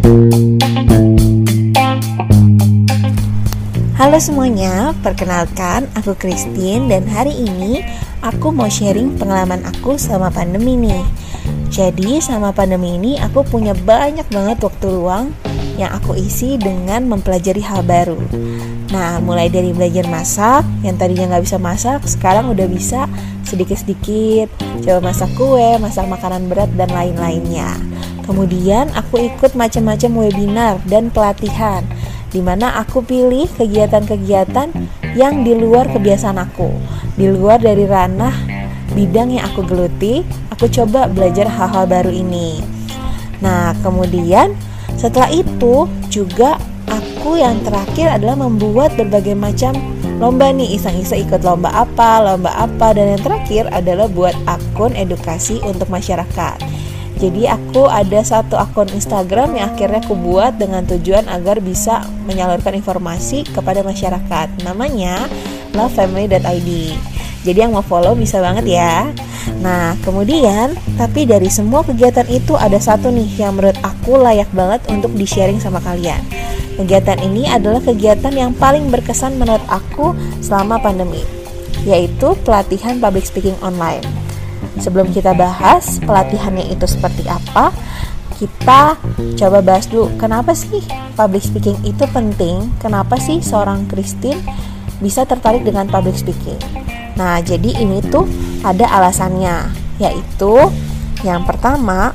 Halo semuanya, perkenalkan aku Christine dan hari ini aku mau sharing pengalaman aku sama pandemi nih. Jadi sama pandemi ini aku punya banyak banget waktu luang yang aku isi dengan mempelajari hal baru. Nah, mulai dari belajar masak, yang tadinya gak bisa masak, sekarang udah bisa sedikit-sedikit. Coba masak kue, masak makanan berat, dan lain-lainnya. Kemudian aku ikut macam-macam webinar dan pelatihan, di mana aku pilih kegiatan-kegiatan yang di luar kebiasaan aku, di luar dari ranah bidang yang aku geluti. Aku coba belajar hal-hal baru ini. Nah, kemudian setelah itu juga aku yang terakhir adalah membuat berbagai macam lomba nih, iseng-iseng ikut lomba apa, dan yang terakhir adalah buat akun edukasi untuk masyarakat. Jadi aku ada satu akun Instagram yang akhirnya aku buat dengan tujuan agar bisa menyalurkan informasi kepada masyarakat. Namanya lovefamily.id. Jadi yang mau follow bisa banget ya. Nah, kemudian tapi dari semua kegiatan itu ada satu nih yang menurut aku layak banget untuk di-sharing sama kalian. Kegiatan ini adalah kegiatan yang paling berkesan menurut aku selama pandemi, yaitu pelatihan public speaking online. Sebelum kita bahas pelatihannya itu seperti apa, kita coba bahas dulu kenapa sih public speaking itu penting, kenapa sih seorang Christine bisa tertarik dengan public speaking. Nah, jadi ini tuh ada alasannya, yaitu yang pertama,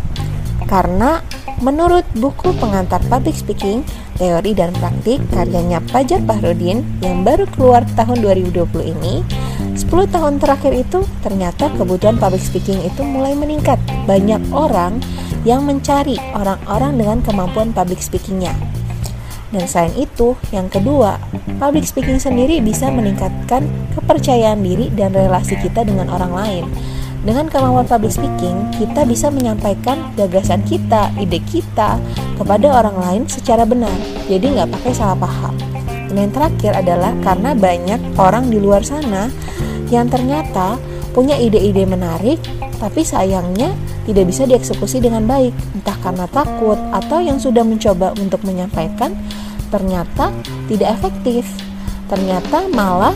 karena menurut buku pengantar public speaking, teori dan praktik karyanya Fajar Fahrudin yang baru keluar tahun 2020 ini, 10 tahun terakhir itu ternyata kebutuhan public speaking itu mulai meningkat. Banyak orang yang mencari orang-orang dengan kemampuan public speakingnya. Dan selain itu, yang kedua, public speaking sendiri bisa meningkatkan kepercayaan diri dan relasi kita dengan orang lain. Dengan kemampuan public speaking, kita bisa menyampaikan gagasan kita, ide kita kepada orang lain secara benar. Jadi nggak pakai salah paham. Dan yang terakhir adalah karena banyak orang di luar sana yang ternyata punya ide-ide menarik, tapi sayangnya tidak bisa dieksekusi dengan baik, entah karena takut atau yang sudah mencoba untuk menyampaikan ternyata tidak efektif, ternyata malah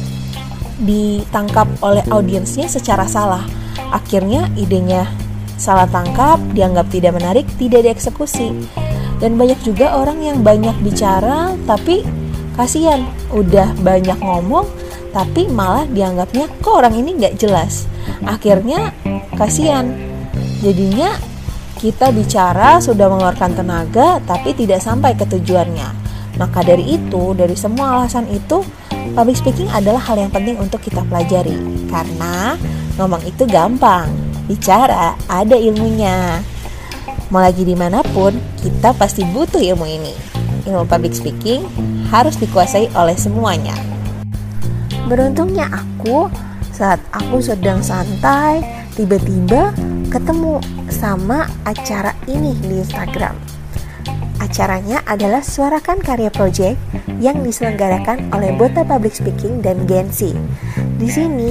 ditangkap oleh audiensnya secara salah. Akhirnya idenya salah tangkap, dianggap tidak menarik, tidak dieksekusi. Dan banyak juga orang yang banyak bicara tapi kasihan, udah banyak ngomong tapi malah dianggapnya kok orang ini gak jelas. Akhirnya kasihan, jadinya kita bicara sudah mengeluarkan tenaga tapi tidak sampai ke tujuannya. Maka dari itu, dari semua alasan itu, public speaking adalah hal yang penting untuk kita pelajari. Karena ngomong itu gampang, bicara ada ilmunya. Mau lagi dimanapun, kita pasti butuh ilmu ini. Ilmu public speaking harus dikuasai oleh semuanya. Beruntungnya aku, saat aku sedang santai, tiba-tiba ketemu sama acara ini di Instagram. Acaranya adalah Suarakan Karya Project yang diselenggarakan oleh Bota Public Speaking dan Gensi. Di sini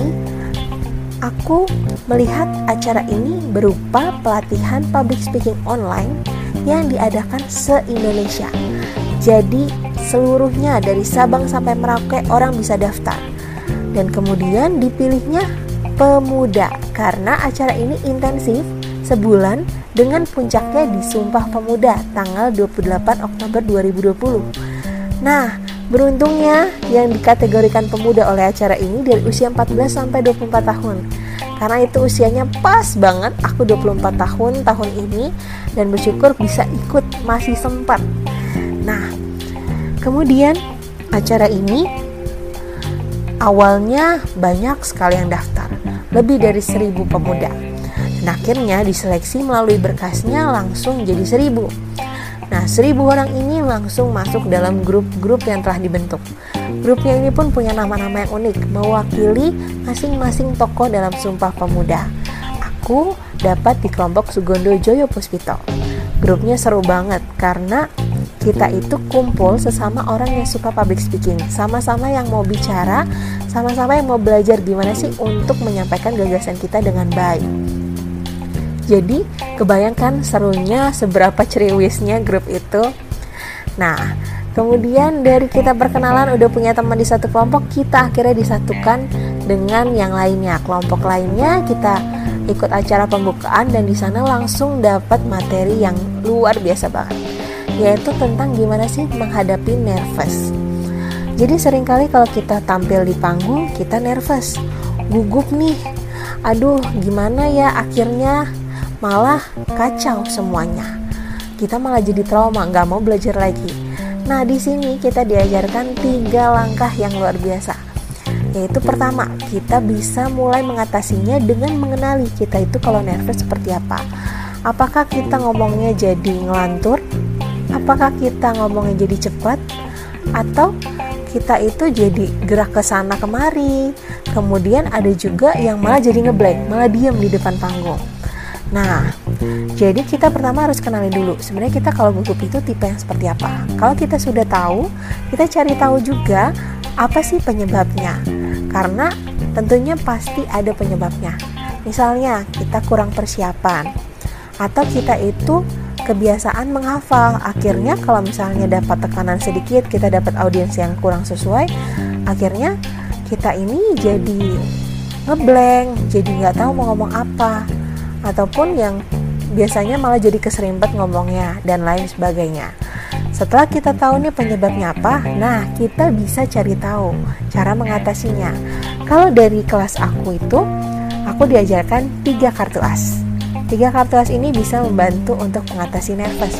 aku melihat acara ini berupa pelatihan public speaking online yang diadakan se-Indonesia. Jadi seluruhnya dari Sabang sampai Merauke orang bisa daftar. Dan kemudian dipilihnya pemuda karena acara ini intensif sebulan dengan puncaknya di Sumpah Pemuda tanggal 28 Oktober 2020. Nah, beruntungnya yang dikategorikan pemuda oleh acara ini dari usia 14 sampai 24 tahun. Karena itu usianya pas banget, aku 24 tahun ini dan bersyukur bisa ikut, masih sempat. Nah, kemudian acara ini awalnya banyak sekali yang daftar, lebih dari 1.000 pemuda. Dan akhirnya diseleksi melalui berkasnya langsung jadi 1.000. Nah, 1.000 orang ini langsung masuk dalam grup-grup yang telah dibentuk. Grupnya ini pun punya nama-nama yang unik, mewakili masing-masing tokoh dalam Sumpah Pemuda. Aku dapat di kelompok Sugondo Joyo Puspito. Grupnya seru banget karena kita itu kumpul sesama orang yang suka public speaking, sama-sama yang mau bicara, sama-sama yang mau belajar gimana sih untuk menyampaikan gagasan kita dengan baik. Jadi kebayangkan serunya, seberapa ceriwisnya grup itu. Nah, kemudian dari kita perkenalan udah punya teman di satu kelompok, kita akhirnya disatukan dengan yang lainnya. Kelompok lainnya kita ikut acara pembukaan dan di sana langsung dapat materi yang luar biasa banget, yaitu tentang gimana sih menghadapi nervous. Jadi seringkali kalau kita tampil di panggung kita nervous, gugup nih. Aduh, gimana ya, akhirnya malah kacau semuanya. Kita malah jadi trauma, nggak mau belajar lagi. Nah, di sini kita diajarkan 3 langkah yang luar biasa. Yaitu pertama, kita bisa mulai mengatasinya dengan mengenali kita itu kalau nervous seperti apa. Apakah kita ngomongnya jadi ngelantur? Apakah kita ngomongnya jadi cepat? Atau kita itu jadi gerak ke sana kemari? Kemudian ada juga yang malah jadi ngeblank, malah diam di depan panggung. Nah, jadi kita pertama harus kenali dulu sebenarnya kita kalau gugup itu tipe yang seperti apa. Kalau kita sudah tahu, kita cari tahu juga apa sih penyebabnya. Karena tentunya pasti ada penyebabnya. Misalnya kita kurang persiapan, atau kita itu kebiasaan menghafal. Akhirnya kalau misalnya dapat tekanan sedikit, kita dapat audiens yang kurang sesuai, akhirnya kita ini jadi ngeblank, jadi nggak tahu mau ngomong apa. Ataupun yang biasanya malah jadi keserimpet ngomongnya dan lain sebagainya. Setelah kita tahu nih penyebabnya apa, nah kita bisa cari tahu cara mengatasinya. Kalau dari kelas aku itu, aku diajarkan 3 kartu as. 3 kartu as ini bisa membantu untuk mengatasi nervous.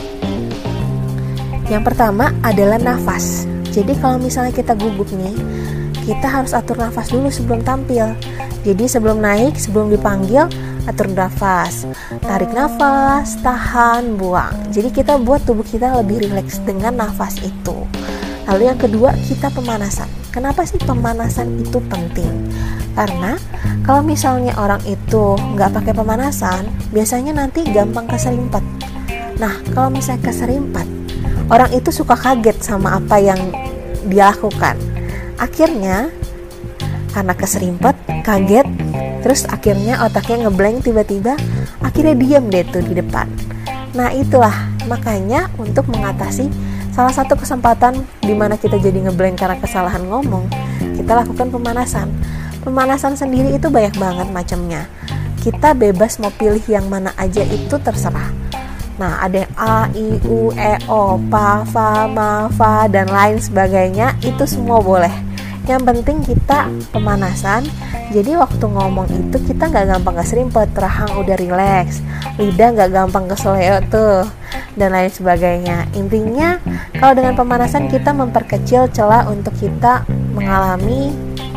Yang pertama adalah nafas. Jadi kalau misalnya kita gugup nih, kita harus atur nafas dulu sebelum tampil. Jadi sebelum naik, sebelum dipanggil, atur nafas, tarik nafas, tahan, buang. Jadi kita buat tubuh kita lebih rileks dengan nafas itu. Lalu yang kedua, kita pemanasan. Kenapa sih pemanasan itu penting? Karena kalau misalnya orang itu nggak pakai pemanasan, biasanya nanti gampang keserimpet. Nah, kalau misalnya keserimpet, orang itu suka kaget sama apa yang dia lakukan. Akhirnya karena keserimpet, kaget, terus akhirnya otaknya ngeblank tiba-tiba, akhirnya diam deh tuh di depan. Nah itulah makanya untuk mengatasi salah satu kesempatan di mana kita jadi ngeblank karena kesalahan ngomong, kita lakukan pemanasan. Pemanasan sendiri itu banyak banget macamnya. Kita bebas mau pilih yang mana aja, itu terserah. Nah ada yang A, I, U, E, O, Pa, Fa, Ma, Fa, dan lain sebagainya, itu semua boleh. Yang penting kita pemanasan. Jadi waktu ngomong itu kita gak gampang keserimpet, rahang udah rileks, lidah gak gampang keseleo tuh, dan lain sebagainya. Intinya kalau dengan pemanasan kita memperkecil celah untuk kita mengalami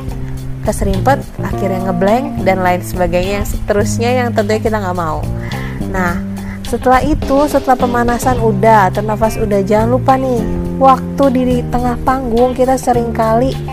keserimpet, akhirnya ngeblank, dan lain sebagainya yang seterusnya yang tentunya kita gak mau. Nah setelah itu, setelah pemanasan udah, nafas udah, jangan lupa nih, waktu di tengah panggung kita seringkali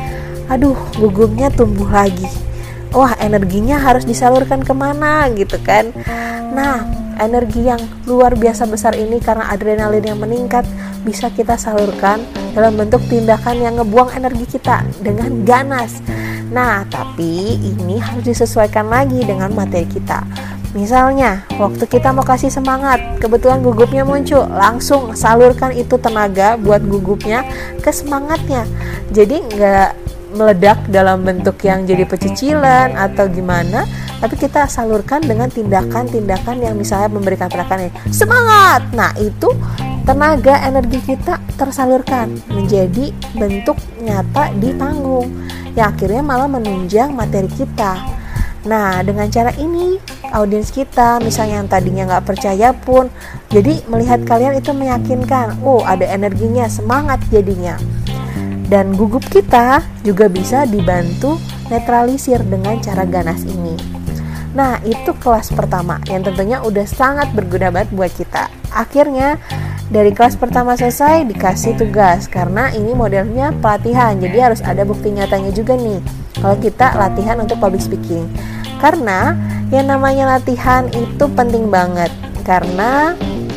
gugupnya tumbuh lagi. Wah, energinya harus disalurkan kemana gitu kan. Nah, energi yang luar biasa besar ini karena adrenalin yang meningkat bisa kita salurkan dalam bentuk tindakan yang ngebuang energi kita dengan ganas. Nah, tapi ini harus disesuaikan lagi dengan materi kita. Misalnya, waktu kita mau kasih semangat, kebetulan gugupnya muncul, langsung salurkan itu tenaga buat gugupnya ke semangatnya. Jadi nggak meledak dalam bentuk yang jadi pecicilan atau gimana, tapi kita salurkan dengan tindakan-tindakan yang misalnya memberikan tindakan semangat. Nah itu tenaga energi kita tersalurkan menjadi bentuk nyata di panggung yang akhirnya malah menunjang materi kita. Nah dengan cara ini audiens kita misalnya yang tadinya nggak percaya pun jadi melihat kalian itu meyakinkan, oh ada energinya, semangat jadinya. Dan gugup kita juga bisa dibantu netralisir dengan cara ganas ini. Nah itu kelas pertama yang tentunya udah sangat berguna banget buat kita. Akhirnya dari kelas pertama selesai dikasih tugas, karena ini modelnya pelatihan, jadi harus ada bukti nyatanya juga nih kalau kita latihan untuk public speaking. Karena yang namanya latihan itu penting banget, karena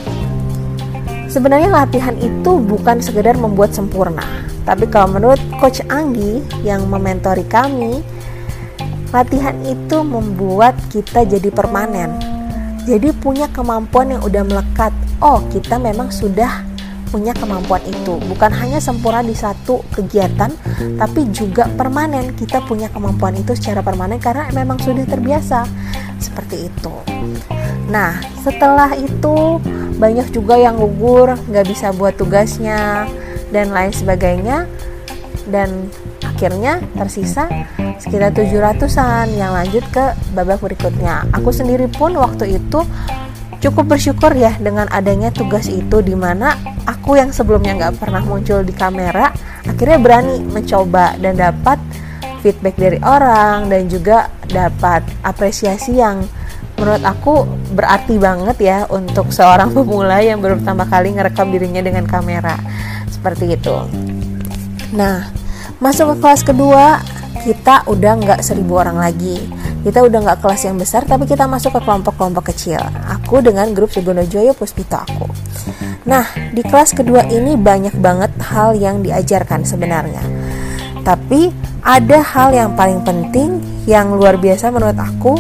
sebenarnya latihan itu bukan sekedar membuat sempurna. Tapi kalau menurut Coach Anggi yang mementori kami, latihan itu membuat kita jadi permanen. Jadi punya kemampuan yang udah melekat. Oh, kita memang sudah punya kemampuan itu. Bukan hanya sempurna di satu kegiatan, tapi juga permanen. Kita punya kemampuan itu secara permanen karena memang sudah terbiasa. Seperti itu. Nah, setelah itu banyak juga yang gugur, gak bisa buat tugasnya, dan lain sebagainya. Dan akhirnya tersisa sekitar 700-an yang lanjut ke babak berikutnya. Aku sendiri pun waktu itu cukup bersyukur ya dengan adanya tugas itu, dimana aku yang sebelumnya gak pernah muncul di kamera akhirnya berani mencoba dan dapat feedback dari orang dan juga dapat apresiasi yang menurut aku berarti banget ya untuk seorang pemula yang baru pertama kali ngerekam dirinya dengan kamera. Seperti itu. Nah, masuk ke kelas kedua, kita udah nggak 1.000 orang lagi. Kita udah nggak kelas yang besar, tapi kita masuk ke kelompok-kelompok kecil. Aku dengan grup Sugonojoyo Puspito aku. Nah, di kelas kedua ini banyak banget hal yang diajarkan sebenarnya. Tapi ada hal yang paling penting yang luar biasa menurut aku,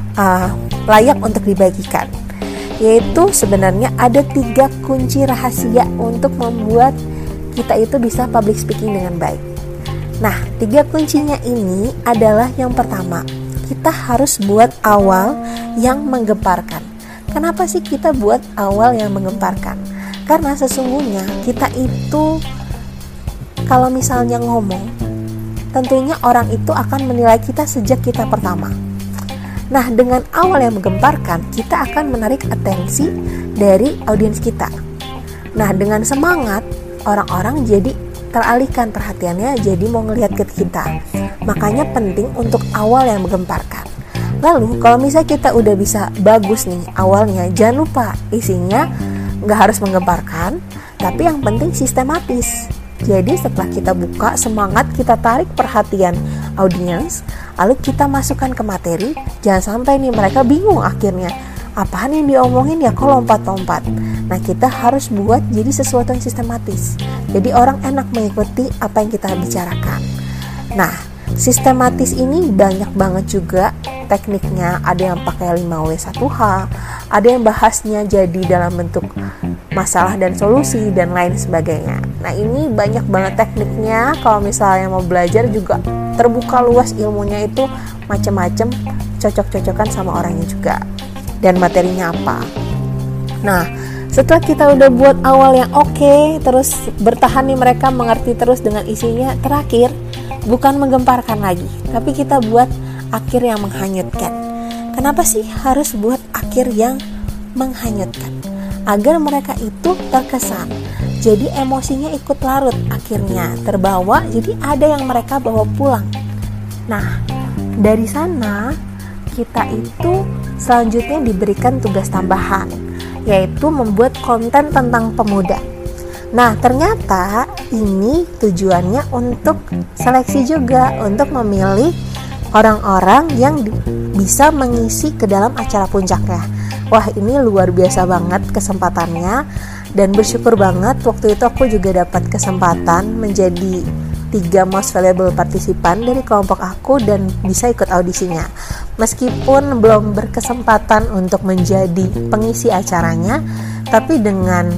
layak untuk dibagikan, yaitu sebenarnya ada 3 kunci rahasia untuk membuat kita itu bisa public speaking dengan baik. Nah, 3 kuncinya ini adalah yang pertama, kita harus buat awal yang menggemparkan. Kenapa sih kita buat awal yang menggemparkan? Karena sesungguhnya kita itu kalau misalnya ngomong, tentunya orang itu akan menilai kita sejak kita pertama. Nah, dengan awal yang menggemparkan, kita akan menarik atensi dari audiens kita. Nah, dengan semangat, orang-orang jadi teralihkan perhatiannya, jadi mau ngelihat ke kita. Makanya penting untuk awal yang menggemparkan. Lalu, kalau misalnya kita udah bisa bagus nih awalnya, jangan lupa isinya nggak harus menggemparkan, tapi yang penting sistematis. Jadi setelah kita buka, semangat, kita tarik perhatian audiens, lalu kita masukkan ke materi. Jangan sampai nih mereka bingung akhirnya, apaan yang diomongin ya, kok lompat-lompat. Nah, kita harus buat jadi sesuatu yang sistematis, jadi orang enak mengikuti apa yang kita bicarakan. Nah, sistematis ini banyak banget juga tekniknya. Ada yang pakai 5W1H, ada yang bahasnya jadi dalam bentuk masalah dan solusi dan lain sebagainya. Nah, ini banyak banget tekniknya. Kalau misalnya mau belajar juga terbuka luas ilmunya, itu macam-macam, cocok-cocokan sama orangnya juga dan materinya apa. Nah, setelah kita udah buat awal yang oke, terus bertahan nih mereka mengerti terus dengan isinya, terakhir bukan menggemparkan lagi, tapi kita buat akhir yang menghanyutkan. Kenapa sih harus buat akhir yang menghanyutkan? Agar mereka itu terkesan, jadi emosinya ikut larut, akhirnya terbawa, jadi ada yang mereka bawa pulang. Nah, dari sana kita itu selanjutnya diberikan tugas tambahan, yaitu membuat konten tentang pemuda. Nah, ternyata ini tujuannya untuk seleksi juga, untuk memilih orang-orang yang bisa mengisi ke dalam acara puncaknya. Wah, ini luar biasa banget kesempatannya, dan bersyukur banget waktu itu aku juga dapat kesempatan menjadi 3 most valuable partisipan dari kelompok aku dan bisa ikut audisinya. Meskipun belum berkesempatan untuk menjadi pengisi acaranya, tapi dengan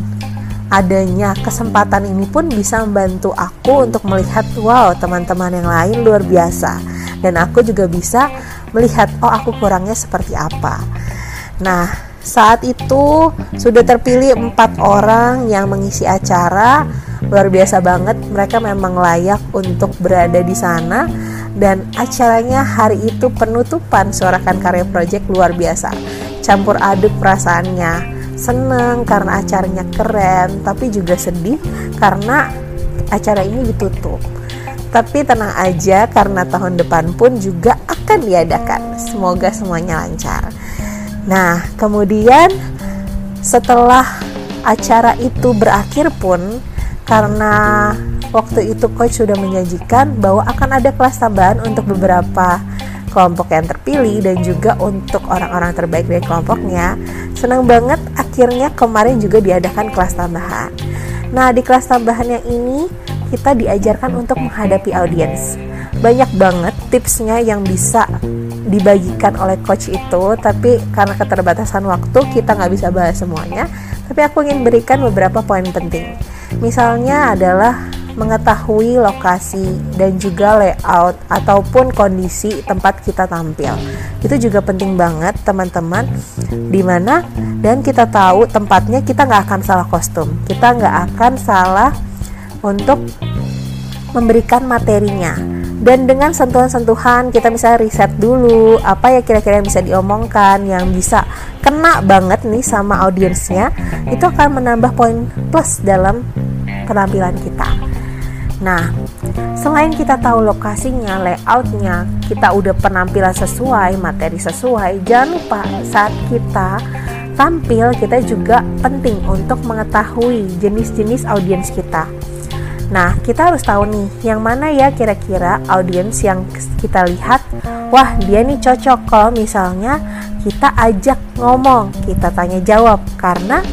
adanya kesempatan ini pun bisa membantu aku untuk melihat, wow, teman-teman yang lain luar biasa, dan aku juga bisa melihat, oh, aku kurangnya seperti apa. Nah, saat itu sudah terpilih 4 orang yang mengisi acara. Luar biasa banget, mereka memang layak untuk berada di sana. Dan acaranya hari itu penutupan Suarakan Karya Project luar biasa. Campur aduk perasaannya, seneng karena acaranya keren, tapi juga sedih karena acara ini ditutup. Tapi tenang aja, karena tahun depan pun juga akan diadakan. Semoga semuanya lancar. Nah, kemudian setelah acara itu berakhir pun, karena waktu itu coach sudah menjanjikan bahwa akan ada kelas tambahan untuk beberapa kelompok yang terpilih dan juga untuk orang-orang terbaik dari kelompoknya. Senang banget akhirnya kemarin juga diadakan kelas tambahan. Nah, di kelas tambahan yang ini kita diajarkan untuk menghadapi audiens. Banyak banget tipsnya yang bisa dibagikan oleh coach itu, tapi karena keterbatasan waktu kita nggak bisa bahas semuanya. Tapi aku ingin berikan beberapa poin penting. Misalnya adalah mengetahui lokasi dan juga layout ataupun kondisi tempat kita tampil. Itu juga penting banget teman-teman, dimana dan kita tahu tempatnya, kita nggak akan salah kostum, kita nggak akan salah untuk memberikan materinya. Dan dengan sentuhan-sentuhan kita misalnya riset dulu apa ya kira-kira yang bisa diomongkan, yang bisa kena banget nih sama audiensnya, itu akan menambah poin plus dalam penampilan kita. Nah, selain kita tahu lokasinya, layoutnya, kita udah penampilan sesuai, materi sesuai, jangan lupa saat kita tampil, kita juga penting untuk mengetahui jenis-jenis audiens kita. Nah, kita harus tahu nih, yang mana ya kira-kira audiens yang kita lihat, wah dia nih cocok kalau misalnya kita ajak ngomong, kita tanya jawab, karena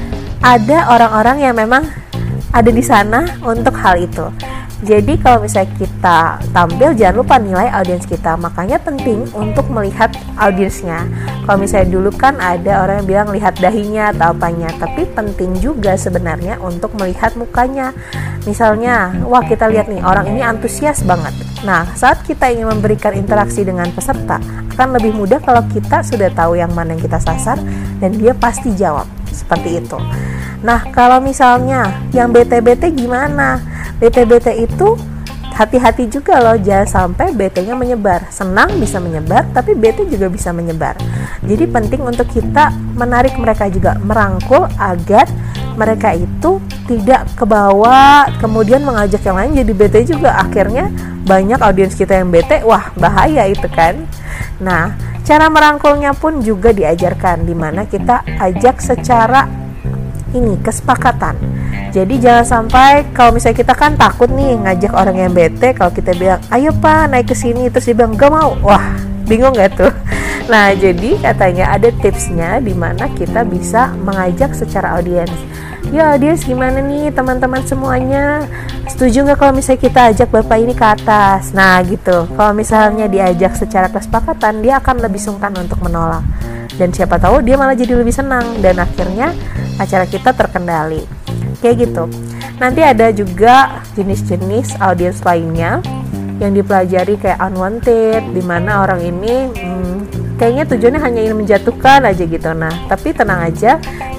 ada orang-orang yang memang ada di sana untuk hal itu. Jadi kalau misalnya kita tampil, jangan lupa nilai audiens kita. Makanya penting untuk melihat audiensnya. Kalau misalnya dulu kan ada orang yang bilang lihat dahinya atau apanya, tapi penting juga sebenarnya untuk melihat mukanya. Misalnya, wah kita lihat nih orang ini antusias banget. Nah, saat kita ingin memberikan interaksi dengan peserta, akan lebih mudah kalau kita sudah tahu yang mana yang kita sasar dan dia pasti jawab. Seperti itu. Nah, kalau misalnya yang bete-bete gimana? Bete-bete itu hati-hati juga loh, jangan sampai bete-nya menyebar. Senang bisa menyebar, tapi bete juga bisa menyebar. Jadi penting untuk kita menarik mereka juga, merangkul agar mereka itu tidak kebawa, kemudian mengajak yang lain jadi bete juga. Akhirnya banyak audiens kita yang bete, wah bahaya itu kan. Nah, cara merangkulnya pun juga diajarkan, dimana kita ajak secara kesepakatan. Jadi jangan sampai kalau misalnya kita kan takut nih ngajak orang yang bete, kalau kita bilang ayo pak naik ke sini, terus dia bilang gak mau, wah bingung gak tuh? Nah jadi katanya ada tipsnya di mana kita bisa mengajak secara audiens. Ya audiens gimana nih teman-teman semuanya, setuju nggak kalau misalnya kita ajak bapak ini ke atas? Nah gitu, kalau misalnya diajak secara kesepakatan, dia akan lebih sungkan untuk menolak. Dan siapa tahu dia malah jadi lebih senang dan akhirnya acara kita terkendali. Kayak gitu. Nanti ada juga jenis-jenis audiens lainnya yang dipelajari kayak unwanted, dimana orang ini kayaknya tujuannya hanya ingin menjatuhkan aja gitu. Nah, tapi tenang aja,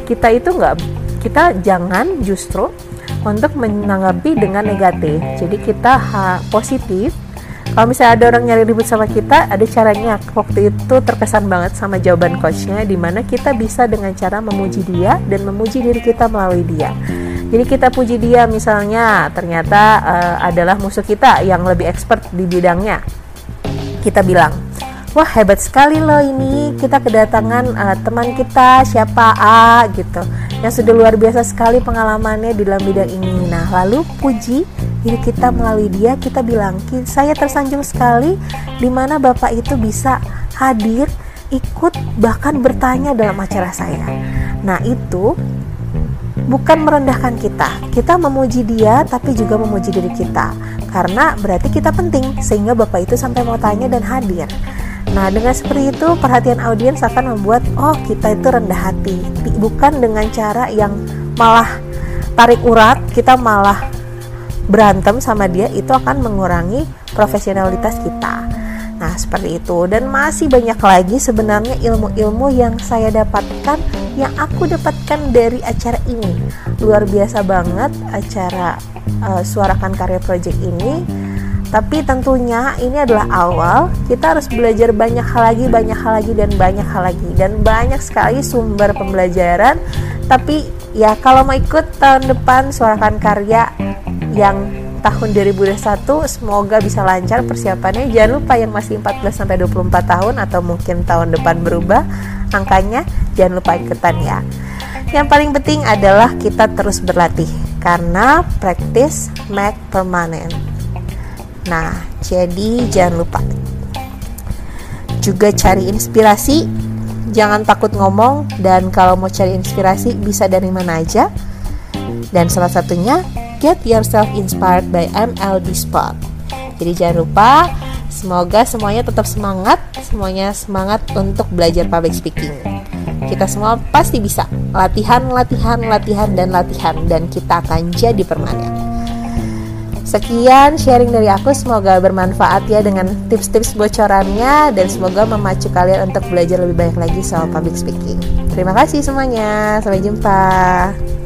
kita jangan justru untuk menanggapi dengan negatif. Jadi kita positif. Kalau misalnya ada orang nyari ribut sama kita, ada caranya. Waktu itu terkesan banget sama jawaban coachnya, dimana kita bisa dengan cara memuji dia dan memuji diri kita melalui dia. Jadi kita puji dia, misalnya ternyata adalah musuh kita yang lebih expert di bidangnya. Kita bilang, wah hebat sekali loh ini, kita kedatangan teman kita siapa A gitu, yang sudah luar biasa sekali pengalamannya di dalam bidang ini. Nah lalu puji diri kita melalui dia, kita bilang, saya tersanjung sekali di mana bapak itu bisa hadir, ikut, bahkan bertanya dalam acara saya. Nah itu bukan merendahkan kita memuji dia, tapi juga memuji diri kita, karena berarti kita penting sehingga bapak itu sampai mau tanya dan hadir. Nah dengan seperti itu perhatian audiens akan membuat kita itu rendah hati, bukan dengan cara yang malah tarik urat, kita malah berantem sama dia, itu akan mengurangi profesionalitas kita. Nah seperti itu, dan masih banyak lagi sebenarnya ilmu-ilmu yang saya dapatkan, yang aku dapatkan dari acara ini. Luar biasa banget acara Suarakan Karya Project ini. Tapi tentunya ini adalah awal, kita harus belajar banyak hal lagi, dan banyak sekali sumber pembelajaran. Tapi ya kalau mau ikut tahun depan Suarakan Karya yang tahun 2021, semoga bisa lancar persiapannya. Jangan lupa yang masih 14-24 tahun atau mungkin tahun depan berubah angkanya, jangan lupa ikutan ya. Yang paling penting adalah kita terus berlatih, karena practice make permanent. Nah, jadi jangan lupa juga cari inspirasi, jangan takut ngomong, dan kalau mau cari inspirasi bisa dari mana aja. Dan salah satunya get yourself inspired by MLD Spot. Jadi jangan lupa Semoga semuanya tetap semangat, semuanya semangat untuk belajar public speaking. Kita semua pasti bisa. Latihan, dan kita akan jadi permanen. Sekian sharing dari aku, semoga bermanfaat ya dengan tips-tips bocorannya, dan semoga memacu kalian untuk belajar lebih banyak lagi soal public speaking. Terima kasih semuanya, sampai jumpa.